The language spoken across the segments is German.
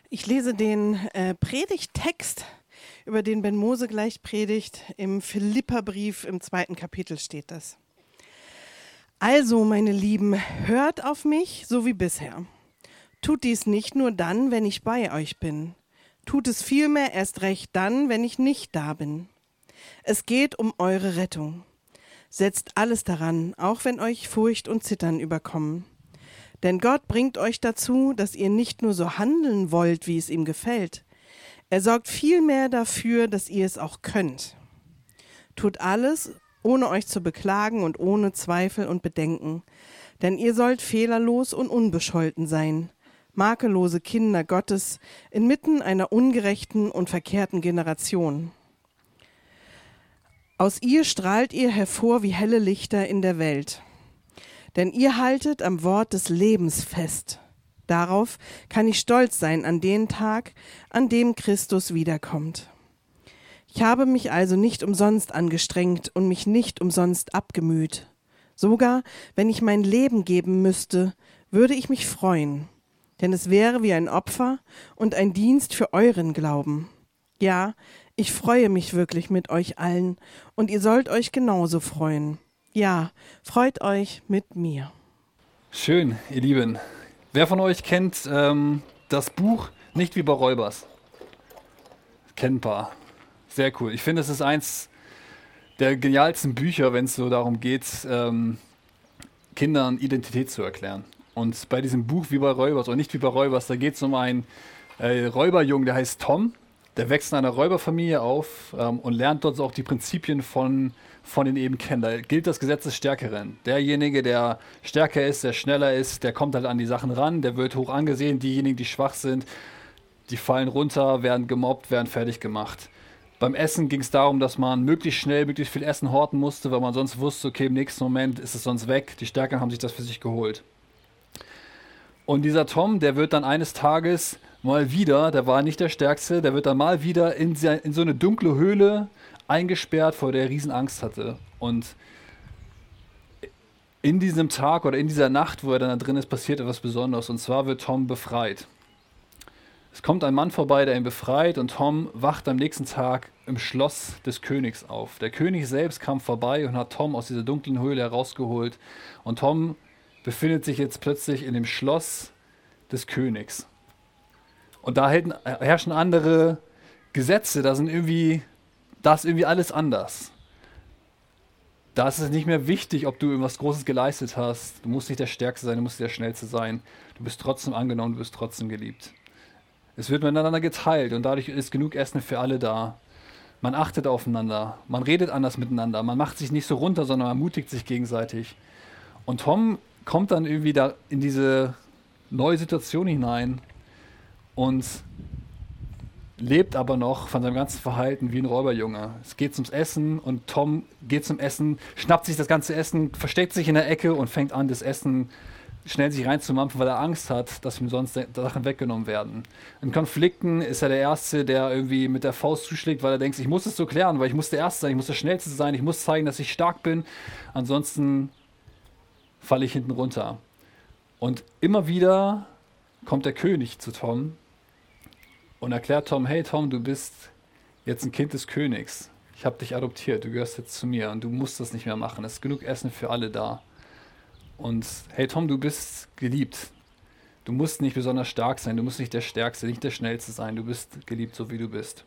Ich lese den Predigttext, über den Ben Mose gleich predigt. Im Philipperbrief im 2. Kapitel steht das. Also, meine Lieben, hört auf mich, so wie bisher. Tut dies nicht nur dann, wenn ich bei euch bin. Tut es vielmehr erst recht dann, wenn ich nicht da bin. Es geht um eure Rettung. Setzt alles daran, auch wenn euch Furcht und Zittern überkommen. Denn Gott bringt euch dazu, dass ihr nicht nur so handeln wollt, wie es ihm gefällt. Er sorgt vielmehr dafür, dass ihr es auch könnt. Tut alles, ohne euch zu beklagen und ohne Zweifel und Bedenken. Denn ihr sollt fehlerlos und unbescholten sein, makellose Kinder Gottes inmitten einer ungerechten und verkehrten Generation. Aus ihr strahlt ihr hervor wie helle Lichter in der Welt. Denn ihr haltet am Wort des Lebens fest. Darauf kann ich stolz sein an den Tag, an dem Christus wiederkommt. Ich habe mich also nicht umsonst angestrengt und mich nicht umsonst abgemüht. Sogar, wenn ich mein Leben geben müsste, würde ich mich freuen. Denn es wäre wie ein Opfer und ein Dienst für euren Glauben. Ja, ich freue mich wirklich mit euch allen und ihr sollt euch genauso freuen. Ja, freut euch mit mir. Schön, ihr Lieben. Wer von euch kennt das Buch Nicht wie bei Räubers? Kennt ein paar. Sehr cool. Ich finde, es ist eins der genialsten Bücher, wenn es so darum geht, Kindern Identität zu erklären. Und bei diesem Buch Wie bei Räubers oder Nicht wie bei Räubers, da geht es um einen Räuberjungen, der heißt Tom. Der wächst in einer Räuberfamilie auf und lernt dort auch die Prinzipien von den eben kennen. Da gilt das Gesetz des Stärkeren. Derjenige, der stärker ist, der schneller ist, der kommt halt an die Sachen ran, der wird hoch angesehen. Diejenigen, die schwach sind, die fallen runter, werden gemobbt, werden fertig gemacht. Beim Essen ging es darum, dass man möglichst schnell, möglichst viel Essen horten musste, weil man sonst wusste, okay, im nächsten Moment ist es sonst weg. Die Stärkeren haben sich das für sich geholt. Und dieser Tom, der wird dann eines Tages mal wieder, der war nicht der Stärkste, der wird dann mal wieder in so eine dunkle Höhle eingesperrt, vor der er Riesenangst hatte. Und in diesem Tag oder in dieser Nacht, wo er dann da drin ist, passiert etwas Besonderes. Und zwar wird Tom befreit. Es kommt ein Mann vorbei, der ihn befreit, und Tom wacht am nächsten Tag im Schloss des Königs auf. Der König selbst kam vorbei und hat Tom aus dieser dunklen Höhle herausgeholt. Und Tom befindet sich jetzt plötzlich in dem Schloss des Königs. Und da herrschen andere Gesetze, da ist irgendwie alles anders. Da ist es nicht mehr wichtig, ob du irgendwas Großes geleistet hast. Du musst nicht der Stärkste sein, du musst nicht der Schnellste sein. Du bist trotzdem angenommen, du bist trotzdem geliebt. Es wird miteinander geteilt und dadurch ist genug Essen für alle da. Man achtet aufeinander, man redet anders miteinander, man macht sich nicht so runter, sondern man ermutigt sich gegenseitig. Und Tom kommt dann irgendwie da in diese neue Situation hinein und lebt aber noch von seinem ganzen Verhalten wie ein Räuberjunge. Es geht ums Essen und Tom geht zum Essen, schnappt sich das ganze Essen, versteckt sich in der Ecke und fängt an, das Essen schnell sich reinzumampfen, weil er Angst hat, dass ihm sonst Sachen weggenommen werden. In Konflikten ist er der Erste, der irgendwie mit der Faust zuschlägt, weil er denkt, ich muss es so klären, weil ich muss der Erste sein, ich muss der Schnellste sein, ich muss zeigen, dass ich stark bin, ansonsten falle ich hinten runter. Und immer wieder kommt der König zu Tom und erklärt Tom, hey Tom, du bist jetzt ein Kind des Königs. Ich habe dich adoptiert, du gehörst jetzt zu mir und du musst das nicht mehr machen. Es ist genug Essen für alle da. Und hey Tom, du bist geliebt. Du musst nicht besonders stark sein, du musst nicht der Stärkste, nicht der Schnellste sein. Du bist geliebt, so wie du bist.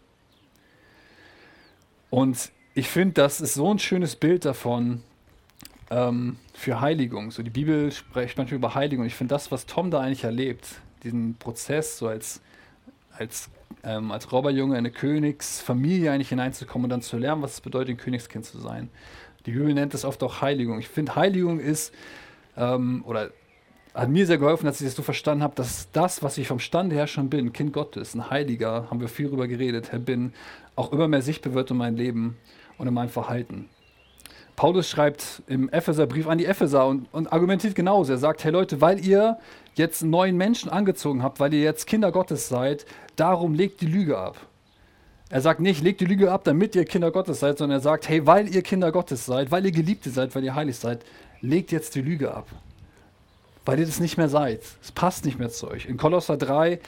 Und ich finde, das ist so ein schönes Bild davon für Heiligung. So, die Bibel spricht manchmal über Heiligung. Ich finde das, was Tom da eigentlich erlebt, diesen Prozess, so als Räuberjunge in eine Königsfamilie eigentlich hineinzukommen und dann zu lernen, was es bedeutet, ein Königskind zu sein. Die Bibel nennt das oft auch Heiligung. Ich finde, Heiligung ist, oder hat mir sehr geholfen, dass ich das so verstanden habe, dass das, was ich vom Stande her schon bin, Kind Gottes, ein Heiliger, haben wir viel darüber geredet, bin, auch immer mehr sichtbar wird in meinem Leben und in meinem Verhalten. Paulus schreibt im Epheserbrief an die Epheser und argumentiert genauso. Er sagt, hey Leute, weil ihr jetzt einen neuen Menschen angezogen habt, weil ihr jetzt Kinder Gottes seid, darum legt die Lüge ab. Er sagt nicht, legt die Lüge ab, damit ihr Kinder Gottes seid, sondern er sagt, hey, weil ihr Kinder Gottes seid, weil ihr Geliebte seid, weil ihr heilig seid, legt jetzt die Lüge ab. weil ihr das nicht mehr seid. Es passt nicht mehr zu euch. In Kolosser 3,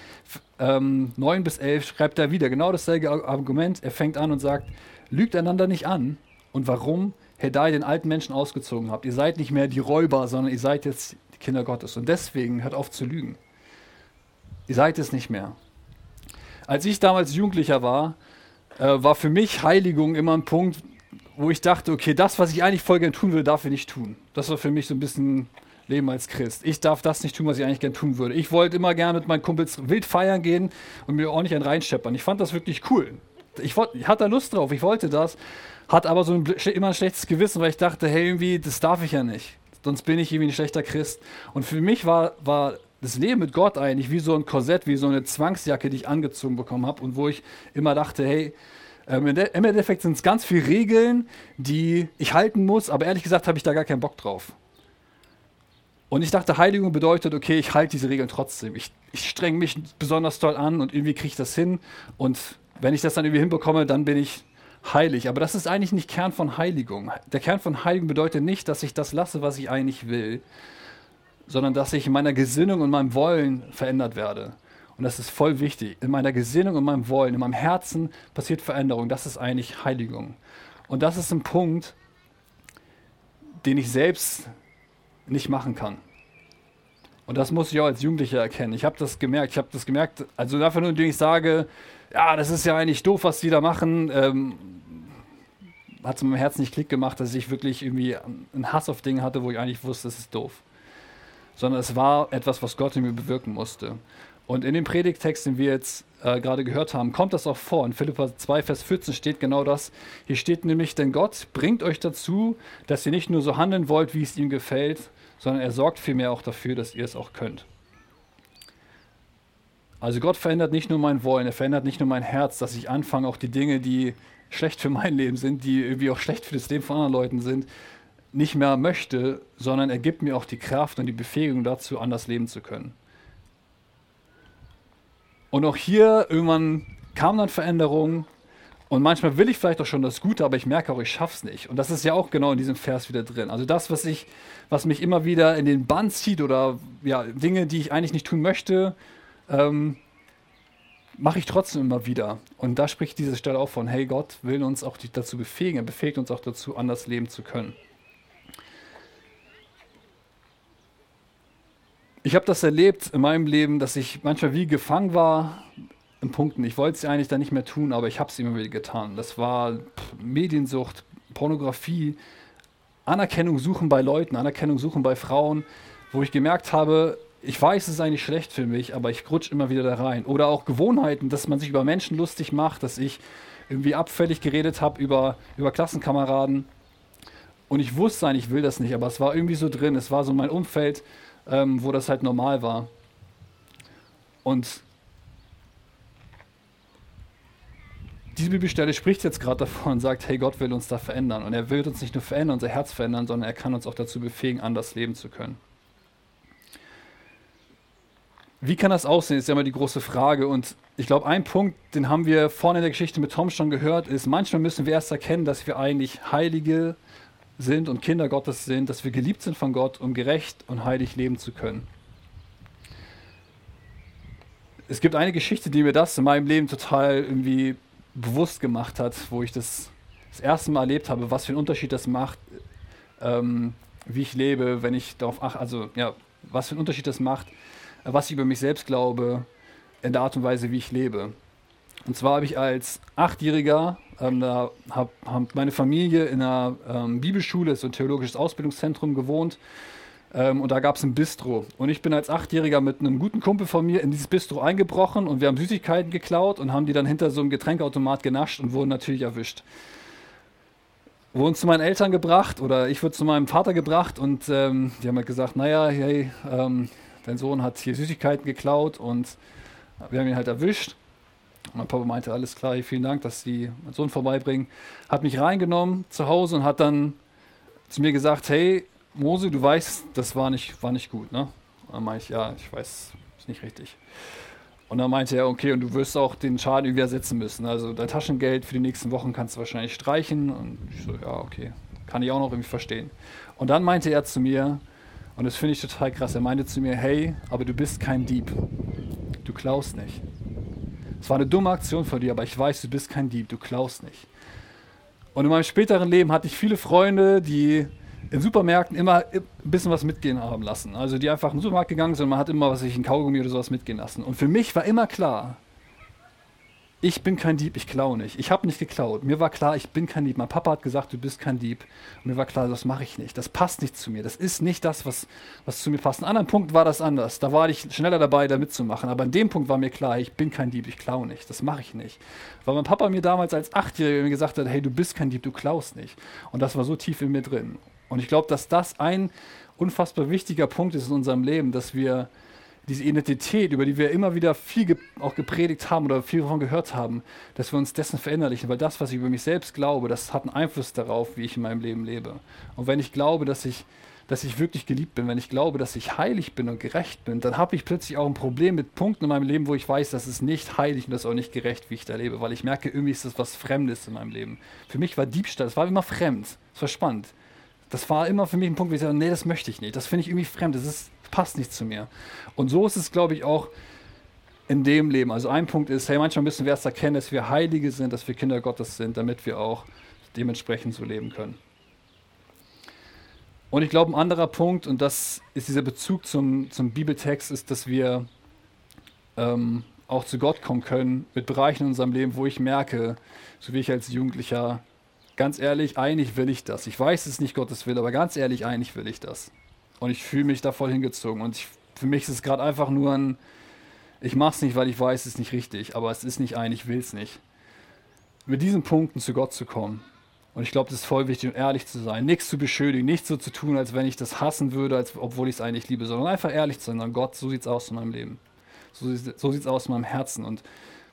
9-11 schreibt er wieder genau dasselbe Argument. Er fängt an und sagt, lügt einander nicht an. Und warum? Da ihr den alten Menschen ausgezogen habt. Ihr seid nicht mehr die Räuber, sondern ihr seid jetzt die Kinder Gottes. Und deswegen hört auf zu lügen. Ihr seid es nicht mehr. Als ich damals Jugendlicher war, war für mich Heiligung immer ein Punkt, wo ich dachte, okay, das, was ich eigentlich voll gern tun würde, darf ich nicht tun. Das war für mich so ein bisschen Leben als Christ. Ich darf das nicht tun, was ich eigentlich gern tun würde. Ich wollte immer gerne mit meinen Kumpels wild feiern gehen und mir ordentlich einen reinscheppern. Ich fand das wirklich cool. Ich hatte da Lust drauf, ich wollte das, hatte aber so immer ein schlechtes Gewissen, weil ich dachte, hey, irgendwie, das darf ich ja nicht. Sonst bin ich irgendwie ein schlechter Christ. Und für mich war das Leben mit Gott eigentlich wie so ein Korsett, wie so eine Zwangsjacke, die ich angezogen bekommen habe und wo ich immer dachte, hey, im Endeffekt sind es ganz viele Regeln, die ich halten muss, aber ehrlich gesagt habe ich da gar keinen Bock drauf. Und ich dachte, Heiligung bedeutet, okay, ich halte diese Regeln trotzdem. Ich strenge mich besonders doll an und irgendwie kriege ich das hin. Und wenn ich das dann irgendwie hinbekomme, dann bin ich heilig. Aber das ist eigentlich nicht Kern von Heiligung. Der Kern von Heiligung bedeutet nicht, dass ich das lasse, was ich eigentlich will, sondern dass ich in meiner Gesinnung und meinem Wollen verändert werde. Und das ist voll wichtig. In meiner Gesinnung und meinem Wollen, in meinem Herzen passiert Veränderung. Das ist eigentlich Heiligung. Und das ist ein Punkt, den ich selbst nicht machen kann. Und das muss ich auch als Jugendlicher erkennen. Ich habe das gemerkt. Also einfach nur, indem ich sage, ja, das ist ja eigentlich doof, was die da machen, hat es in meinem Herzen nicht Klick gemacht, dass ich wirklich irgendwie einen Hass auf Dinge hatte, wo ich eigentlich wusste, das ist doof. Sondern es war etwas, was Gott in mir bewirken musste. Und in dem Predigttext, den wir jetzt gerade gehört haben, kommt das auch vor. In Philipper 2, Vers 14 steht genau das. Hier steht nämlich, denn Gott bringt euch dazu, dass ihr nicht nur so handeln wollt, wie es ihm gefällt, sondern er sorgt vielmehr auch dafür, dass ihr es auch könnt. Also Gott verändert nicht nur mein Wollen, er verändert nicht nur mein Herz, dass ich anfange, auch die Dinge, die schlecht für mein Leben sind, die irgendwie auch schlecht für das Leben von anderen Leuten sind, nicht mehr möchte, sondern er gibt mir auch die Kraft und die Befähigung dazu, anders leben zu können. Und auch hier irgendwann kam dann Veränderung und manchmal will ich vielleicht auch schon das Gute, aber ich merke auch, ich schaff's nicht. Und das ist ja auch genau in diesem Vers wieder drin. Also das, was mich immer wieder in den Bann zieht oder ja, Dinge, die ich eigentlich nicht tun möchte, mache ich trotzdem immer wieder. Und da spricht diese Stelle auch von, hey, Gott will uns auch dazu befähigen, er befähigt uns auch dazu, anders leben zu können. Ich habe das erlebt in meinem Leben, dass ich manchmal wie gefangen war in Punkten. Ich wollte es ja eigentlich dann nicht mehr tun, aber ich habe es immer wieder getan. Das war Mediensucht, Pornografie, Anerkennung suchen bei Leuten, Anerkennung suchen bei Frauen, wo ich gemerkt habe, ich weiß, es ist eigentlich schlecht für mich, aber ich rutsche immer wieder da rein. Oder auch Gewohnheiten, dass man sich über Menschen lustig macht, dass ich irgendwie abfällig geredet habe über Klassenkameraden. Und ich wusste eigentlich, ich will das nicht, aber es war irgendwie so drin. Es war so mein Umfeld, wo das halt normal war. Und diese Bibelstelle spricht jetzt gerade davon und sagt, hey, Gott will uns da verändern. Und er will uns nicht nur verändern, unser Herz verändern, sondern er kann uns auch dazu befähigen, anders leben zu können. Wie kann das aussehen, ist ja immer die große Frage. Und ich glaube, ein Punkt, den haben wir vorne in der Geschichte mit Tom schon gehört, ist, manchmal müssen wir erst erkennen, dass wir eigentlich Heilige sind und Kinder Gottes sind, dass wir geliebt sind von Gott, um gerecht und heilig leben zu können. Es gibt eine Geschichte, die mir das in meinem Leben total irgendwie bewusst gemacht hat, wo ich das erste Mal erlebt habe, was für einen Unterschied das macht, wie ich lebe, wenn ich darauf achte, also ja, was für einen Unterschied das macht, was ich über mich selbst glaube, in der Art und Weise, wie ich lebe. Und zwar habe ich als 8-Jähriger, da hat meine Familie in einer Bibelschule, so ein theologisches Ausbildungszentrum, gewohnt. Und da gab es ein Bistro. Und ich bin als 8-Jähriger mit einem guten Kumpel von mir in dieses Bistro eingebrochen und wir haben Süßigkeiten geklaut und haben die dann hinter so einem Getränkeautomat genascht und wurden natürlich erwischt. Wurden zu meinen Eltern gebracht oder ich wurde zu meinem Vater gebracht und die haben halt gesagt, naja, hey, dein Sohn hat hier Süßigkeiten geklaut und wir haben ihn halt erwischt. Und mein Papa meinte, alles klar, vielen Dank, dass Sie meinen Sohn vorbeibringen. Hat mich reingenommen zu Hause und hat dann zu mir gesagt, hey, Mose, du weißt, das war nicht gut, ne? Und dann meinte ich, ja, ich weiß, ist nicht richtig. Und dann meinte er, okay, und du wirst auch den Schaden irgendwie ersetzen müssen. Also dein Taschengeld für die nächsten Wochen kannst du wahrscheinlich streichen. Und ich so, ja, okay, kann ich auch noch irgendwie verstehen. Und dann meinte er zu mir, Und das finde ich total krass. Er meinte zu mir, hey, aber du bist kein Dieb. Du klaust nicht. Es war eine dumme Aktion von dir, aber ich weiß, du bist kein Dieb, du klaust nicht. Und in meinem späteren Leben hatte ich viele Freunde, die in Supermärkten immer ein bisschen was mitgehen haben lassen. Also die einfach in den Supermarkt gegangen sind und man hat immer ein Kaugummi oder sowas mitgehen lassen. Und für mich war immer klar, ich bin kein Dieb, ich klaue nicht. Ich habe nicht geklaut. Mir war klar, ich bin kein Dieb. Mein Papa hat gesagt, du bist kein Dieb. Und mir war klar, das mache ich nicht. Das passt nicht zu mir. Das ist nicht das, was zu mir passt. An einem anderen Punkt war das anders. Da war ich schneller dabei, da mitzumachen. Aber an dem Punkt war mir klar, ich bin kein Dieb, ich klaue nicht. Das mache ich nicht. Weil mein Papa mir damals als 8-Jähriger gesagt hat, hey, du bist kein Dieb, du klaust nicht. Und das war so tief in mir drin. Und ich glaube, dass das ein unfassbar wichtiger Punkt ist in unserem Leben, dass wir diese Identität, über die wir immer wieder viel auch gepredigt haben oder viel davon gehört haben, dass wir uns dessen verinnerlichen, weil das, was ich über mich selbst glaube, das hat einen Einfluss darauf, wie ich in meinem Leben lebe. Und wenn ich glaube, dass ich wirklich geliebt bin, wenn ich glaube, dass ich heilig bin und gerecht bin, dann habe ich plötzlich auch ein Problem mit Punkten in meinem Leben, wo ich weiß, das ist nicht heilig und das ist auch nicht gerecht, wie ich da lebe, weil ich merke, irgendwie ist das was Fremdes in meinem Leben. Für mich war Diebstahl, das war immer fremd, das war spannend. Das war immer für mich ein Punkt, wo ich sage, nee, das möchte ich nicht, das finde ich irgendwie fremd, das passt nicht zu mir. Und so ist es, glaube ich, auch in dem Leben. Also ein Punkt ist, hey, manchmal müssen wir erst erkennen, dass wir Heilige sind, dass wir Kinder Gottes sind, damit wir auch dementsprechend so leben können. Und ich glaube, ein anderer Punkt, und das ist dieser Bezug zum Bibeltext, ist, dass wir auch zu Gott kommen können mit Bereichen in unserem Leben, wo ich merke, so wie ich als Jugendlicher, ganz ehrlich, eigentlich will ich das. Ich weiß, es ist nicht Gottes Wille, aber ganz ehrlich, eigentlich will ich das. Und ich fühle mich da voll hingezogen. Und für mich ist es gerade einfach nur ein, ich mache es nicht, weil ich weiß, es ist nicht richtig, aber es ist nicht ein, ich will es nicht. Mit diesen Punkten zu Gott zu kommen. Und ich glaube, das ist voll wichtig, um ehrlich zu sein. Nichts zu beschönigen, nicht so zu tun, als wenn ich das hassen würde, obwohl ich es eigentlich liebe, sondern einfach ehrlich zu sein. Und Gott, so sieht es aus in meinem Leben. So sieht es aus in meinem Herzen. Und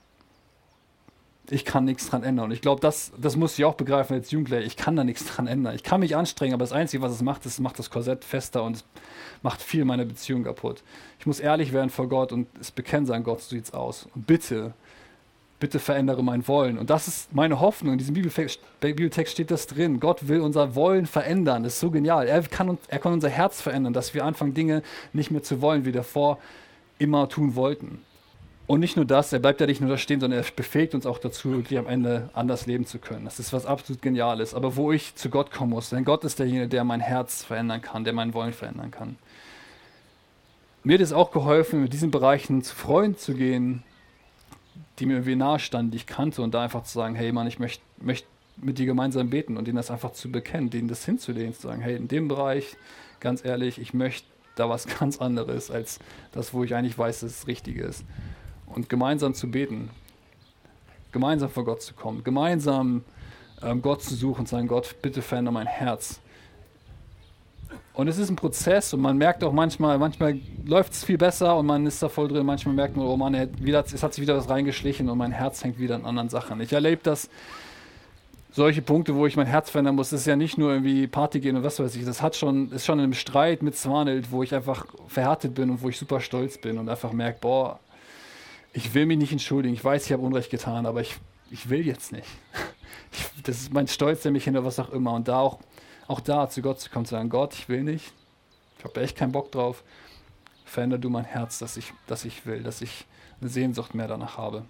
ich kann nichts dran ändern. Und ich glaube, das muss ich auch begreifen als Jugendlicher. Ich kann da nichts dran ändern. Ich kann mich anstrengen, aber das Einzige, was es macht das Korsett fester und es macht viel meiner Beziehung kaputt. Ich muss ehrlich werden vor Gott und es bekennen sagen, Gott, so sieht's aus. Und bitte verändere mein Wollen. Und das ist meine Hoffnung. In diesem Bibeltext steht das drin. Gott will unser Wollen verändern. Das ist so genial. Er kann unser Herz verändern, dass wir anfangen, Dinge nicht mehr zu wollen, wie davor immer tun wollten. Und nicht nur das, er bleibt ja nicht nur da stehen, sondern er befähigt uns auch dazu, wirklich am Ende anders leben zu können. Das ist was absolut Geniales. Aber wo ich zu Gott kommen muss, denn Gott ist derjenige, der mein Herz verändern kann, der mein Wollen verändern kann. Mir hat es auch geholfen, mit diesen Bereichen zu Freunden zu gehen, die mir irgendwie nahe standen, die ich kannte, und da einfach zu sagen, hey Mann, ich möchte mit dir gemeinsam beten und denen das einfach zu bekennen, denen das hinzulegen, zu sagen, hey, in dem Bereich, ganz ehrlich, ich möchte da was ganz anderes als das, wo ich eigentlich weiß, dass es das Richtige ist. Und gemeinsam zu beten, gemeinsam vor Gott zu kommen, gemeinsam Gott zu suchen und sagen, Gott, bitte verändere mein Herz. Und es ist ein Prozess und man merkt auch manchmal läuft es viel besser und man ist da voll drin, manchmal merkt man, oh Mann, es hat sich wieder was reingeschlichen und mein Herz hängt wieder an anderen Sachen. Ich erlebe das, solche Punkte, wo ich mein Herz verändern muss, das ist ja nicht nur irgendwie Party gehen und was weiß ich, das ist schon in einem Streit mit Swanhild, wo ich einfach verhärtet bin und wo ich super stolz bin und einfach merke, boah, ich will mich nicht entschuldigen, ich weiß, ich habe Unrecht getan, aber ich will jetzt nicht. Das ist mein Stolz, der mich hinter was auch immer. Und da auch da zu Gott zu kommen, zu sagen, Gott, ich will nicht, ich habe echt keinen Bock drauf, verändere du mein Herz, dass ich will, dass ich eine Sehnsucht mehr danach habe.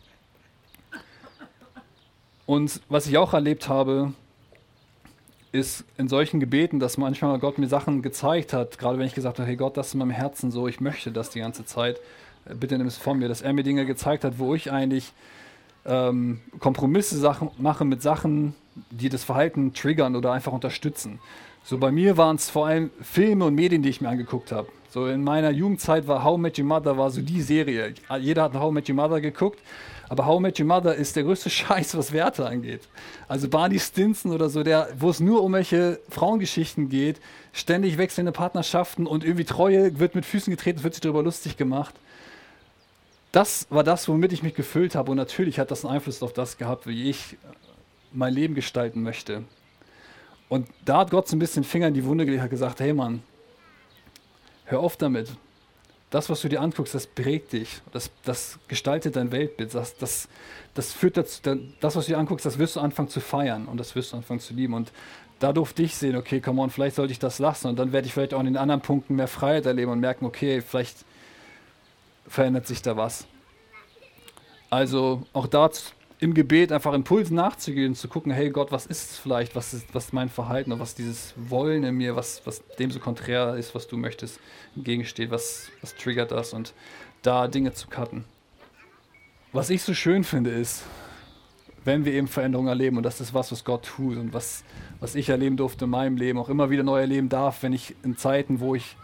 Und was ich auch erlebt habe, ist in solchen Gebeten, dass manchmal Gott mir Sachen gezeigt hat, gerade wenn ich gesagt habe, hey Gott, das ist in meinem Herzen so, ich möchte das die ganze Zeit, bitte nimm es von mir, dass er mir Dinge gezeigt hat, wo ich eigentlich Kompromisse mache mit Sachen, die das Verhalten triggern oder einfach unterstützen. So bei mir waren es vor allem Filme und Medien, die ich mir angeguckt habe. So in meiner Jugendzeit war How I Met Your Mother war so die Serie. Jeder hat How I Met Your Mother geguckt, aber How I Met Your Mother ist der größte Scheiß, was Werte angeht. Also Barney Stinson oder so, wo es nur um welche Frauengeschichten geht, ständig wechselnde Partnerschaften und irgendwie Treue wird mit Füßen getreten, wird sich darüber lustig gemacht. Das war das, womit ich mich gefüllt habe und natürlich hat das einen Einfluss auf das gehabt, wie ich mein Leben gestalten möchte. Und da hat Gott so ein bisschen Finger in die Wunde gelegt, hat gesagt, hey Mann, hör auf damit. Das, was du dir anguckst, das prägt dich, das gestaltet dein Weltbild, das führt dazu, das, was du dir anguckst, das wirst du anfangen zu feiern und das wirst du anfangen zu lieben. Und da durfte ich sehen, okay, come on, vielleicht sollte ich das lassen. Und dann werde ich vielleicht auch in den anderen Punkten mehr Freiheit erleben und merken, okay, vielleicht verändert sich da was. Also auch da im Gebet einfach Impulsen nachzugehen, zu gucken, hey Gott, was ist es vielleicht, was ist mein Verhalten und was dieses Wollen in mir, was dem so konträr ist, was du möchtest, entgegensteht, was triggert das und da Dinge zu cutten. Was ich so schön finde ist, wenn wir eben Veränderungen erleben und das ist was Gott tut und was ich erleben durfte in meinem Leben, auch immer wieder neu erleben darf, wenn ich in Zeiten, wo ich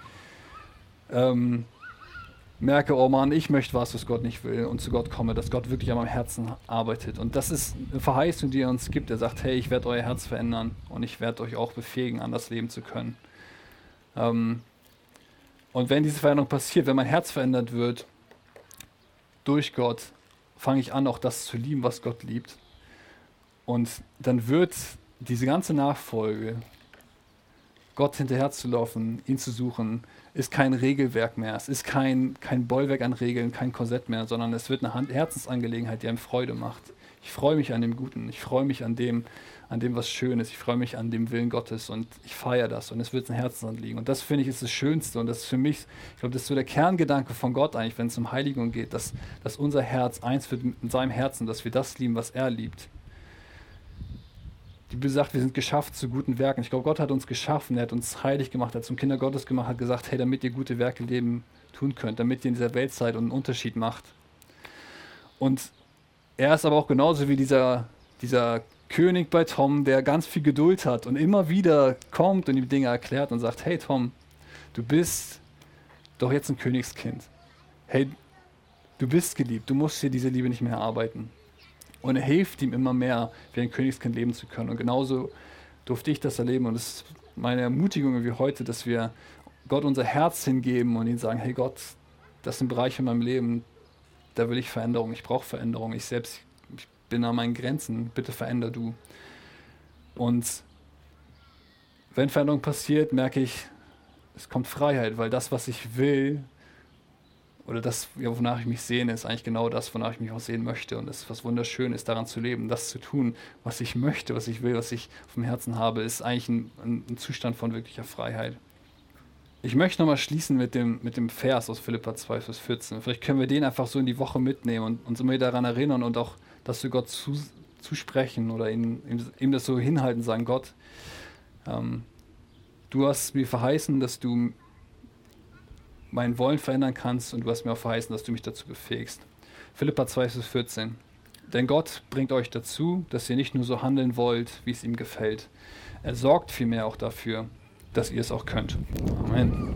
merke, oh Mann, ich möchte was Gott nicht will und zu Gott komme, dass Gott wirklich an meinem Herzen arbeitet. Und das ist eine Verheißung, die er uns gibt. Er sagt, hey, ich werde euer Herz verändern und ich werde euch auch befähigen, anders leben zu können. Und wenn diese Veränderung passiert, wenn mein Herz verändert wird durch Gott, fange ich an, auch das zu lieben, was Gott liebt. Und dann wird diese ganze Nachfolge, Gott hinterher zu laufen, ihn zu suchen, ist kein Regelwerk mehr. Es ist kein Bollwerk an Regeln, kein Korsett mehr, sondern es wird eine Herzensangelegenheit, die einem Freude macht. Ich freue mich an dem Guten. Ich freue mich an dem, was schön ist. Ich freue mich an dem Willen Gottes und ich feiere das und es wird ein Herzensanliegen. Und das, finde ich, ist das Schönste und das ist für mich, ich glaube, das ist so der Kerngedanke von Gott eigentlich, wenn es um Heiligung geht, dass unser Herz eins wird mit seinem Herzen, dass wir das lieben, was er liebt. Die Bibel sagt, wir sind geschaffen zu guten Werken. Ich glaube, Gott hat uns geschaffen, er hat uns heilig gemacht, er hat zum Kinder Gottes gemacht, hat gesagt, hey, damit ihr gute Werke tun könnt, damit ihr in dieser Weltzeit einen Unterschied macht. Und er ist aber auch genauso wie dieser König bei Tom, der ganz viel Geduld hat und immer wieder kommt und ihm Dinge erklärt und sagt, hey Tom, du bist doch jetzt ein Königskind. Hey, du bist geliebt, du musst dir diese Liebe nicht mehr erarbeiten. Und er hilft ihm immer mehr, wie ein Königskind leben zu können. Und genauso durfte ich das erleben. Und es ist meine Ermutigung wie heute, dass wir Gott unser Herz hingeben und ihm sagen, hey Gott, das sind Bereiche in meinem Leben, da will ich Veränderung, ich brauche Veränderung. Ich bin an meinen Grenzen, bitte veränder du. Und wenn Veränderung passiert, merke ich, es kommt Freiheit, weil das, was ich will, oder das, wonach ich mich sehne, ist eigentlich genau das, wonach ich mich auch sehen möchte. Und das ist was Wunderschönes, daran zu leben, das zu tun, was ich möchte, was ich will, was ich auf dem Herzen habe, ist eigentlich ein Zustand von wirklicher Freiheit. Ich möchte nochmal schließen mit dem Vers aus Philipper 2, Vers 14. Vielleicht können wir den einfach so in die Woche mitnehmen und uns immer wieder daran erinnern und auch das zu Gott zusprechen oder ihm das so hinhalten, sagen, Gott, du hast mir verheißen, dass du mein Wollen verändern kannst und du hast mir auch verheißen, dass du mich dazu befähigst. Philipper 2, Vers 14. Denn Gott bringt euch dazu, dass ihr nicht nur so handeln wollt, wie es ihm gefällt. Er sorgt vielmehr auch dafür, dass ihr es auch könnt. Amen.